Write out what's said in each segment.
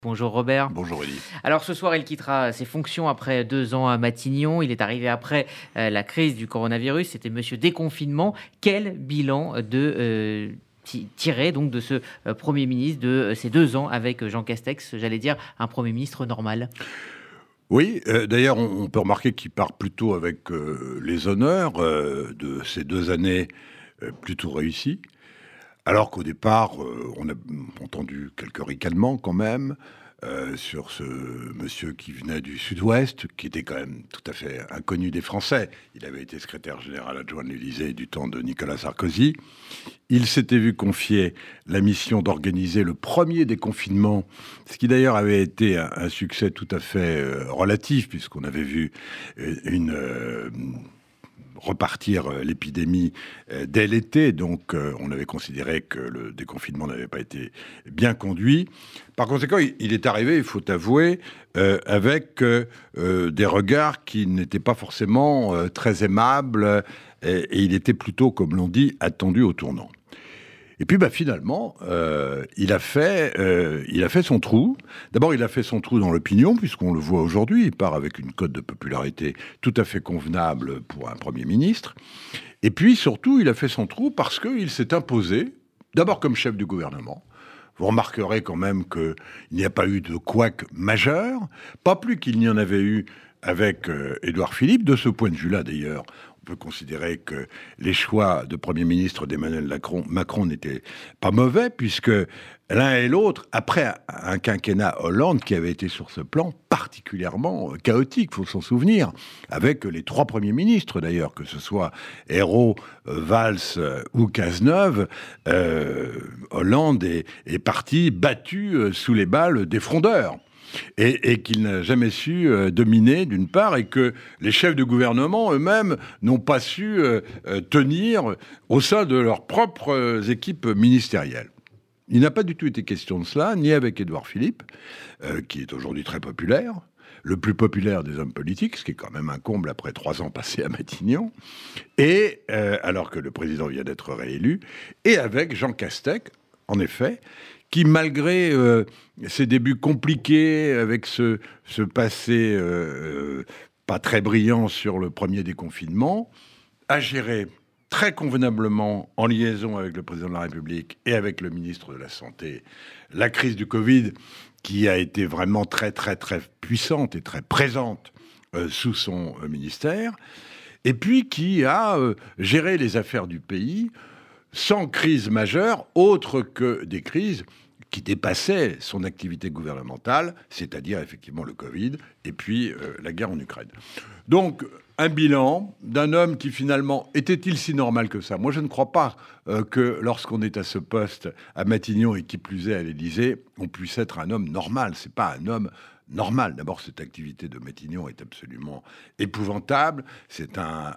Bonjour Robert. Bonjour Elie. Alors ce soir, il quittera ses fonctions après 2 ans à Matignon. Il est arrivé après la crise du coronavirus. C'était Monsieur Déconfinement. Quel bilan tirer donc de ce Premier ministre, de ces 2 ans avec Jean Castex, j'allais dire un Premier ministre normal? Oui, d'ailleurs, on peut remarquer qu'il part plutôt avec les honneurs de ces 2 années plutôt réussies. Alors qu'au départ, on a entendu quelques ricanements quand même sur ce monsieur qui venait du Sud-Ouest, qui était quand même tout à fait inconnu des Français. Il avait été secrétaire général adjoint de l'Élysée du temps de Nicolas Sarkozy. Il s'était vu confier la mission d'organiser le premier déconfinement, ce qui d'ailleurs avait été un succès tout à fait relatif, puisqu'on avait vu repartir l'épidémie dès l'été, donc on avait considéré que le déconfinement n'avait pas été bien conduit. Par conséquent, il est arrivé, il faut avouer, avec des regards qui n'étaient pas forcément très aimables, et il était plutôt, comme l'on dit, attendu au tournant. Et puis finalement, il a fait son trou. D'abord, il a fait son trou dans l'opinion, puisqu'on le voit aujourd'hui. Il part avec une cote de popularité tout à fait convenable pour un Premier ministre. Et puis, surtout, il a fait son trou parce qu'il s'est imposé, d'abord comme chef du gouvernement. Vous remarquerez quand même qu'il n'y a pas eu de couac majeur, pas plus qu'il n'y en avait eu avec Édouard Philippe. De ce point de vue-là, d'ailleurs, on peut considérer que les choix de Premier ministre d'Emmanuel Macron n'étaient pas mauvais, puisque l'un et l'autre, après un quinquennat Hollande qui avait été sur ce plan particulièrement chaotique, il faut s'en souvenir, avec les 3 premiers ministres d'ailleurs, que ce soit Ayrault, Valls ou Cazeneuve, Hollande est parti battu sous les balles des frondeurs. Et qu'il n'a jamais su dominer, d'une part, et que les chefs de gouvernement eux-mêmes n'ont pas su tenir au sein de leurs propres équipes ministérielles. Il n'a pas du tout été question de cela, ni avec Édouard Philippe, qui est aujourd'hui très populaire, le plus populaire des hommes politiques, ce qui est quand même un comble après 3 ans passés à Matignon, et alors que le président vient d'être réélu, et avec Jean Castex, en effet, qui, malgré ses débuts compliqués, avec ce passé pas très brillant sur le premier déconfinement, a géré très convenablement, en liaison avec le président de la République et avec le ministre de la Santé, la crise du Covid, qui a été vraiment très, très, très puissante et très présente sous son ministère, et puis qui a géré les affaires du pays sans crise majeure, autre que des crises qui dépassaient son activité gouvernementale, c'est-à-dire effectivement le Covid, et puis la guerre en Ukraine. Donc, un bilan d'un homme qui finalement, était-il si normal que ça ? Moi, je ne crois pas que lorsqu'on est à ce poste à Matignon, et qui plus est à l'Élysée, on puisse être un homme normal. C'est pas un homme normal. D'abord, cette activité de Matignon est absolument épouvantable. C'est un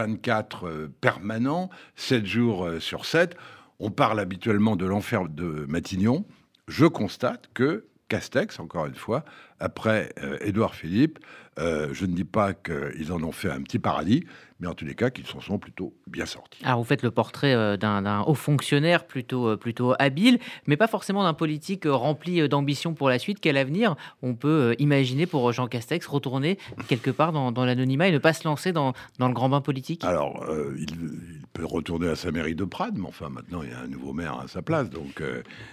H24 permanent, 7 jours sur 7. On parle habituellement de l'enfer de Matignon. Je constate que Castex, encore une fois, après Édouard Philippe, je ne dis pas qu'ils en ont fait un petit paradis, mais en tous les cas qu'ils s'en sont plutôt bien sortis. Alors vous faites le portrait d'un haut fonctionnaire plutôt habile, mais pas forcément d'un politique rempli d'ambition pour la suite. Quel avenir on peut imaginer pour Jean Castex, retourner quelque part dans l'anonymat et ne pas se lancer dans le grand bain politique? Alors, il peut retourner à sa mairie de Prades, mais enfin maintenant il y a un nouveau maire à sa place, donc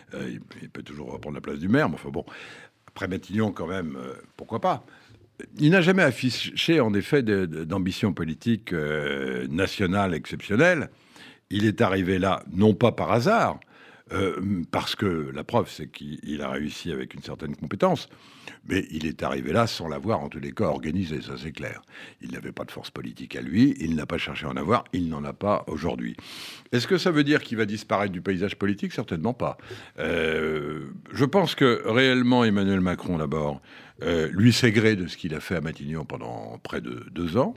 il peut toujours reprendre la place du maire, mais enfin bon, après Matignon quand même, pourquoi pas. Il n'a jamais affiché, en effet, d'ambition politique nationale exceptionnelle. Il est arrivé là, non pas par hasard, parce que la preuve, c'est qu'il a réussi avec une certaine compétence, mais il est arrivé là sans l'avoir, en tous les cas, organisé, ça c'est clair. Il n'avait pas de force politique à lui, il n'a pas cherché à en avoir, il n'en a pas aujourd'hui. Est-ce que ça veut dire qu'il va disparaître du paysage politique ? Certainement pas. Je pense que réellement, Emmanuel Macron, d'abord, lui sait gré de ce qu'il a fait à Matignon pendant près de 2 ans.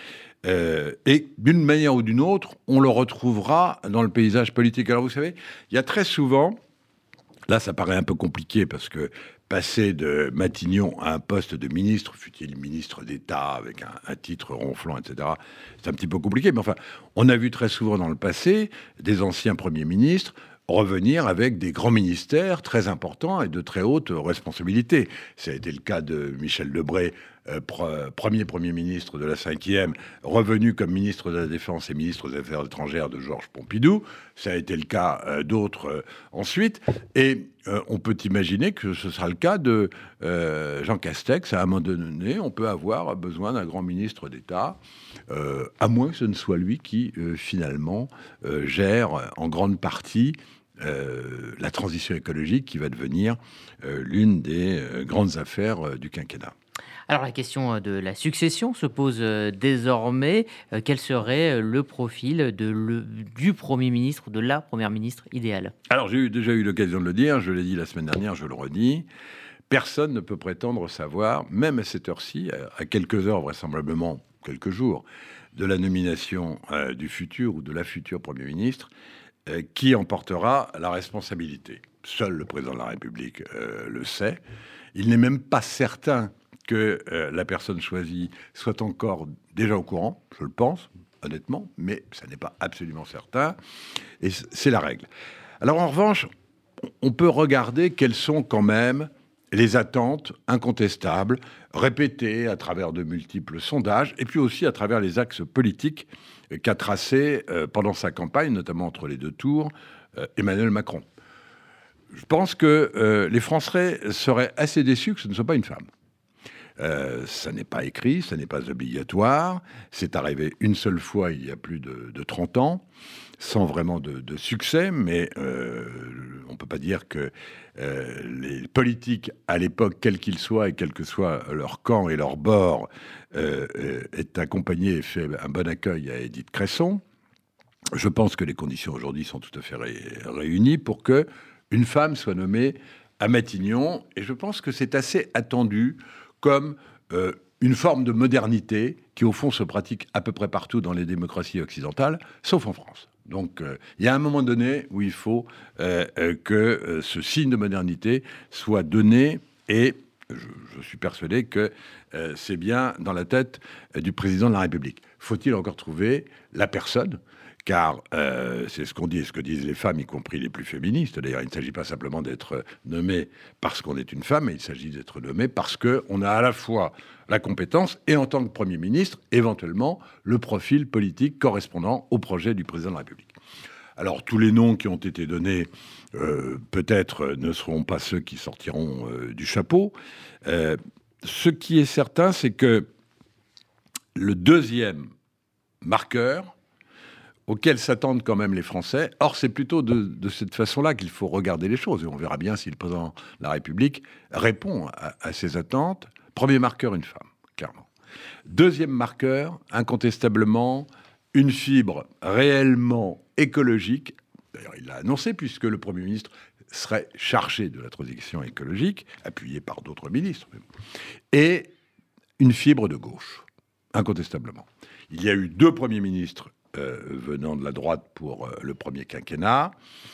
Et d'une manière ou d'une autre, on le retrouvera dans le paysage politique. Alors vous savez, il y a très souvent, là ça paraît un peu compliqué parce que passer de Matignon à un poste de ministre, fût-il ministre d'État avec un titre ronflant, etc., c'est un petit peu compliqué. Mais enfin, on a vu très souvent dans le passé des anciens premiers ministres revenir avec des grands ministères très importants et de très hautes responsabilités. Ça a été le cas de Michel Debré, premier ministre de la 5e, revenu comme ministre de la Défense et ministre des Affaires étrangères de Georges Pompidou. Ça a été le cas d'autres ensuite. Et on peut imaginer que ce sera le cas de Jean Castex. À un moment donné, on peut avoir besoin d'un grand ministre d'État, à moins que ce ne soit lui qui, finalement, gère en grande partie la transition écologique qui va devenir l'une des grandes affaires du quinquennat. Alors la question de la succession se pose désormais. Quel serait le profil du Premier ministre, de la Première ministre idéale? Alors j'ai déjà eu l'occasion de le dire, je l'ai dit la semaine dernière, je le redis. Personne ne peut prétendre savoir, même à cette heure-ci, à quelques heures vraisemblablement, quelques jours, de la nomination du futur ou de la future Premier ministre, qui en portera la responsabilité. Seul le président de la République le sait. Il n'est même pas certain que la personne choisie soit encore déjà au courant, je le pense, honnêtement, mais ça n'est pas absolument certain, et c'est la règle. Alors en revanche, on peut regarder quelles sont quand même les attentes incontestables, répétées à travers de multiples sondages, et puis aussi à travers les axes politiques qu'a tracés pendant sa campagne, notamment entre les deux tours, Emmanuel Macron. Je pense que les Français seraient assez déçus que ce ne soit pas une femme. Ça n'est pas écrit, ça n'est pas obligatoire. C'est arrivé une seule fois il y a plus de 30 ans, sans vraiment de succès, mais on ne peut pas dire que les politiques, à l'époque, quels qu'ils soient et quel que soit leur camp et leur bord, aient accompagné et fait un bon accueil à Édith Cresson. Je pense que les conditions aujourd'hui sont tout à fait réunies pour que une femme soit nommée à Matignon, et je pense que c'est assez attendu comme une forme de modernité qui, au fond, se pratique à peu près partout dans les démocraties occidentales, sauf en France. Donc, il y a un moment donné où il faut que ce signe de modernité soit donné, et je suis persuadé que c'est bien dans la tête du président de la République. Faut-il encore trouver la personne ? Car c'est ce qu'on dit et ce que disent les femmes, y compris les plus féministes. D'ailleurs, il ne s'agit pas simplement d'être nommé parce qu'on est une femme, mais il s'agit d'être nommé parce qu'on a à la fois la compétence et, en tant que Premier ministre, éventuellement, le profil politique correspondant au projet du président de la République. Alors, tous les noms qui ont été donnés, peut-être, ne seront pas ceux qui sortiront du chapeau. Ce qui est certain, c'est que le deuxième marqueur auquel s'attendent quand même les Français. Or, c'est plutôt de cette façon-là qu'il faut regarder les choses. Et on verra bien si le président de la République répond à ces attentes. Premier marqueur, une femme, clairement. Deuxième marqueur, incontestablement, une fibre réellement écologique. D'ailleurs, il l'a annoncé, puisque le Premier ministre serait chargé de la transition écologique, appuyé par d'autres ministres. Et une fibre de gauche, incontestablement. Il y a eu 2 premiers ministres venant de la droite pour le premier quinquennat.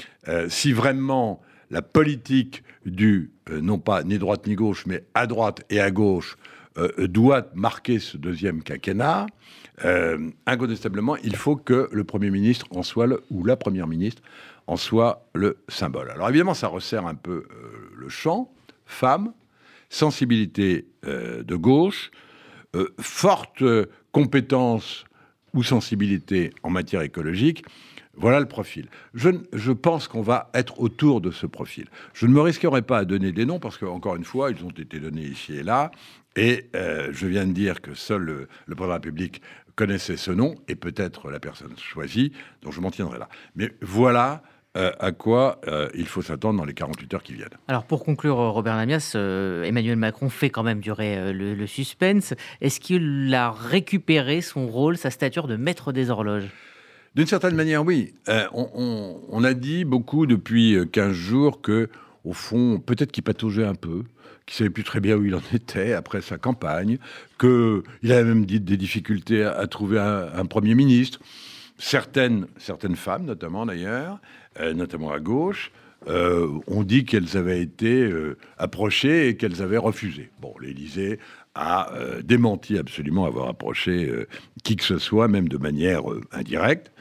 Si vraiment la politique du non pas ni droite ni gauche, mais à droite et à gauche doit marquer ce deuxième quinquennat, incontestablement, il faut que le Premier ministre en soit ou la Première ministre en soit le symbole. Alors évidemment, ça resserre un peu le champ. Femme, sensibilité de gauche, forte compétence ou sensibilité en matière écologique, voilà le profil. Je pense qu'on va être autour de ce profil. Je ne me risquerai pas à donner des noms parce qu'encore une fois, ils ont été donnés ici et là, et je viens de dire que seul le président de la République connaissait ce nom, et peut-être la personne choisie, donc je m'en tiendrai là. Mais voilà à quoi il faut s'attendre dans les 48 heures qui viennent. Alors pour conclure, Robert Lamias, Emmanuel Macron fait quand même durer le suspense. Est-ce qu'il a récupéré son rôle, sa stature de maître des horloges ? D'une certaine manière, oui. On a dit beaucoup depuis 15 jours que, au fond, peut-être qu'il pataugeait un peu, qu'il ne savait plus très bien où il en était après sa campagne, qu'il avait même dit des difficultés à trouver un Premier ministre. Certaines femmes, notamment d'ailleurs, notamment à gauche, ont dit qu'elles avaient été approchées et qu'elles avaient refusé. Bon, l'Élysée a démenti absolument avoir approché qui que ce soit, même de manière indirecte.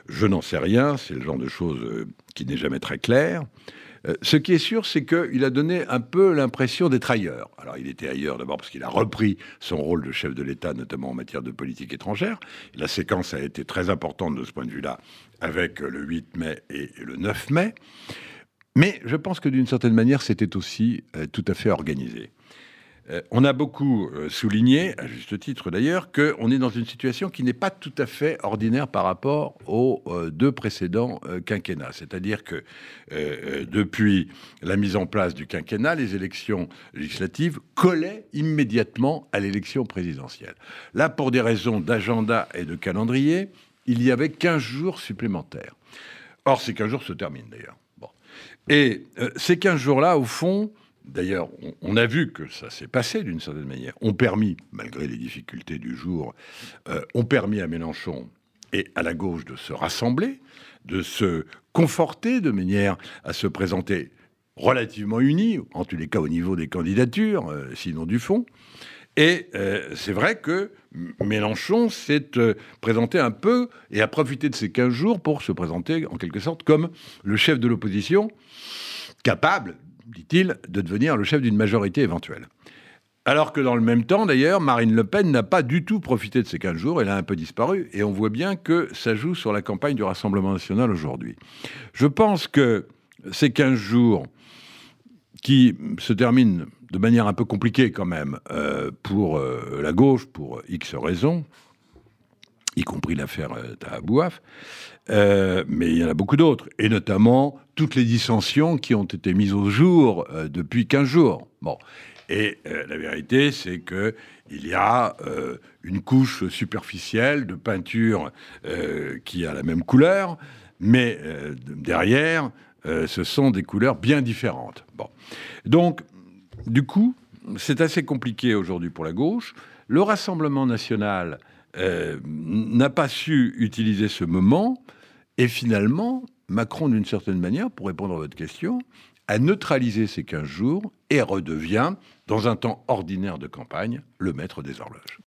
Je n'en sais rien, c'est le genre de choses qui n'est jamais très clair. Ce qui est sûr, c'est qu'il a donné un peu l'impression d'être ailleurs. Alors, il était ailleurs d'abord parce qu'il a repris son rôle de chef de l'État, notamment en matière de politique étrangère. La séquence a été très importante de ce point de vue-là, avec le 8 mai et le 9 mai. Mais je pense que d'une certaine manière, c'était aussi tout à fait organisé. On a beaucoup souligné, à juste titre d'ailleurs, qu'on est dans une situation qui n'est pas tout à fait ordinaire par rapport aux deux précédents quinquennats. C'est-à-dire que depuis la mise en place du quinquennat, les élections législatives collaient immédiatement à l'élection présidentielle. Là, pour des raisons d'agenda et de calendrier, il y avait 15 jours supplémentaires. Or, ces 15 jours se terminent d'ailleurs. Bon. Et ces 15 jours-là, au fond... D'ailleurs, on a vu que ça s'est passé d'une certaine manière. Ont permis, malgré les difficultés du jour, ont permis à Mélenchon et à la gauche de se rassembler, de se conforter de manière à se présenter relativement unis, en tous les cas au niveau des candidatures, sinon du fond. Et c'est vrai que Mélenchon s'est présenté un peu et a profité de ces 15 jours pour se présenter en quelque sorte comme le chef de l'opposition, capable, dit-il, de devenir le chef d'une majorité éventuelle. Alors que dans le même temps, d'ailleurs, Marine Le Pen n'a pas du tout profité de ces 15 jours, elle a un peu disparu, et on voit bien que ça joue sur la campagne du Rassemblement national aujourd'hui. Je pense que ces 15 jours, qui se terminent de manière un peu compliquée quand même, pour la gauche, pour X raisons, y compris l'affaire Taha Bouaf, mais il y en a beaucoup d'autres, et notamment toutes les dissensions qui ont été mises au jour depuis 15 jours. Bon. Et la vérité, c'est qu'il y a une couche superficielle de peinture qui a la même couleur, mais derrière, ce sont des couleurs bien différentes. Bon. Donc, du coup, c'est assez compliqué aujourd'hui pour la gauche. Le Rassemblement national n'a pas su utiliser ce moment, et finalement, Macron, d'une certaine manière, pour répondre à votre question, a neutralisé ces 15 jours et redevient, dans un temps ordinaire de campagne, le maître des horloges.